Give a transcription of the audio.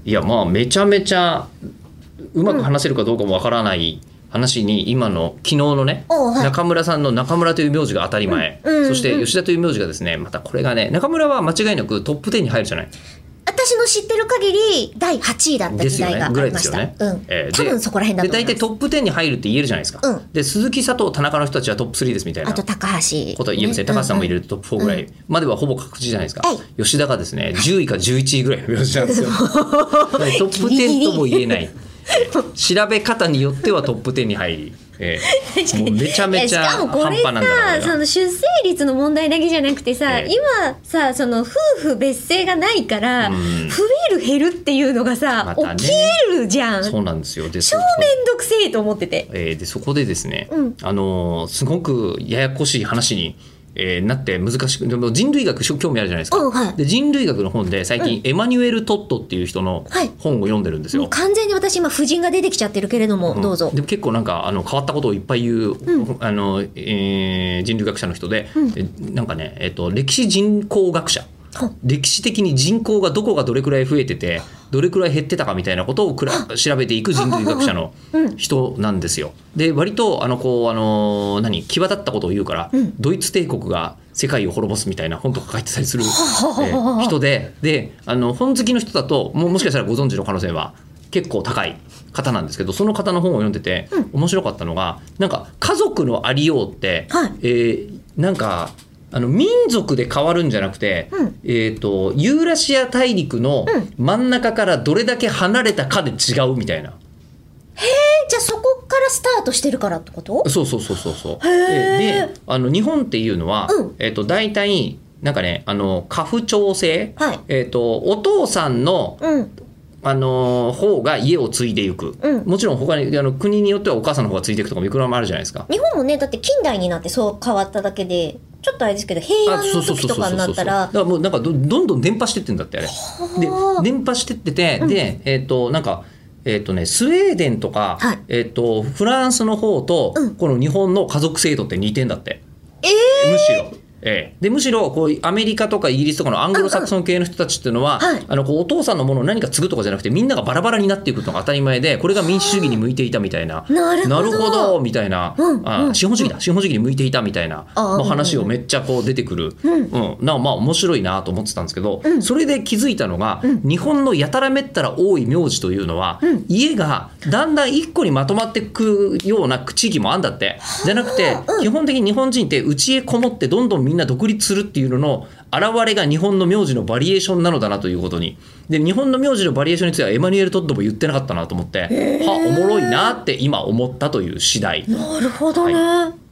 いやまあめちゃめちゃうまく話せるかどうかもわからない話に、今の昨日のね、 はい、 中村さんの中村という名字が当たり前、そして吉田という名字がですね、またこれがね、中村は間違いなくトップ10に入るじゃない。 私の知ってる限り第8位だった時代がありました。 ですよね。 多分そこら辺だと思います。 で大体トップ10に入るって言えるじゃないですか。で鈴木佐藤田中の人たちはトップ3ですみたいな。 あと高橋ことは言えますね。高橋さんも入れるとトップ4ぐらいまではほぼ確実じゃないですか。吉田がですね10位か11位ぐらいの名字なんですよ。トップ10とも言えない。調べ方によってはトップ10に入り。もうめちゃめちゃ半端なんだな。 しかもこれさ、その出生率の問題だけじゃなくてさ、今さ、その夫婦別姓がないから、増える減るっていうのがさ、ま起きるじゃん。 そうなんですよ。で超めんどくせえと思ってて、 でそこでですね、すごくややこしい話になって難しく、でも人類学興味あるじゃないですか。で人類学の本で最近、エマニュエル・トットっていう人の本を読んでるんですよ。 もう完全に私今夫人が出てきちゃってるけれども、どうぞ。 でも結構なんか変わったことをいっぱい言う、人類学者の人で、なんかね、歴史人口学者、歴史的に人口がどこがどれくらい増えててどれくらい減ってたかみたいなことを調べていく人類学者の人なんですよ。で割と際立ったことを言うから、ドイツ帝国が世界を滅ぼすみたいな本とか書いてたりする人で、本好きの人だともしかしたらご存知の可能性は結構高い方なんですけど、その方の本を読んでて面白かったのが、なんか家族のありようって、なんか民族で変わるんじゃなくて、ユーラシア大陸の真ん中からどれだけ離れたかで違うみたいな。 じゃあそこからスタートしてるからってこと？ そう。で日本っていうのは、大体なんかね、家父長制、お父さんの、方が家を継いでいく、もちろん他に国によってはお母さんの方が継いでいくとかもいくらもあるじゃないですか。 日本もね、だって近代になってそう変わっただけでちょっとあれですけど、平安の時とかになったら、 だからもうなんかどんどん伝播してってんだって、あれで伝播してってて、でなんかスウェーデンとか、フランスの方と、この日本の家族制度って似てんだって、むしろ。でむしろこうアメリカとかイギリスとかのアングロサクソン系の人たちっていうのは、こうお父さんのものを何か継ぐとかじゃなくて、みんながバラバラになっていくのが当たり前で、これが民主主義に向いていたみたいな、なるほどみたいな、資本主義に向いていたみたいなの話をめっちゃこう出てくる、まあ面白いなと思ってたんですけど、それで気づいたのが、日本のやたらめったら多い名字というのは、家がだんだん一個にまとまっていくような地域もあんだって。じゃなくて、基本的に日本人って家へこもってどんどんみんな独立するっていうのの現れが日本の名字のバリエーションなのだなということに。で日本の名字のバリエーションについてはエマニュエル・トッドも言ってなかったなと思って、おもろいなって今思ったという次第。 なるほどね。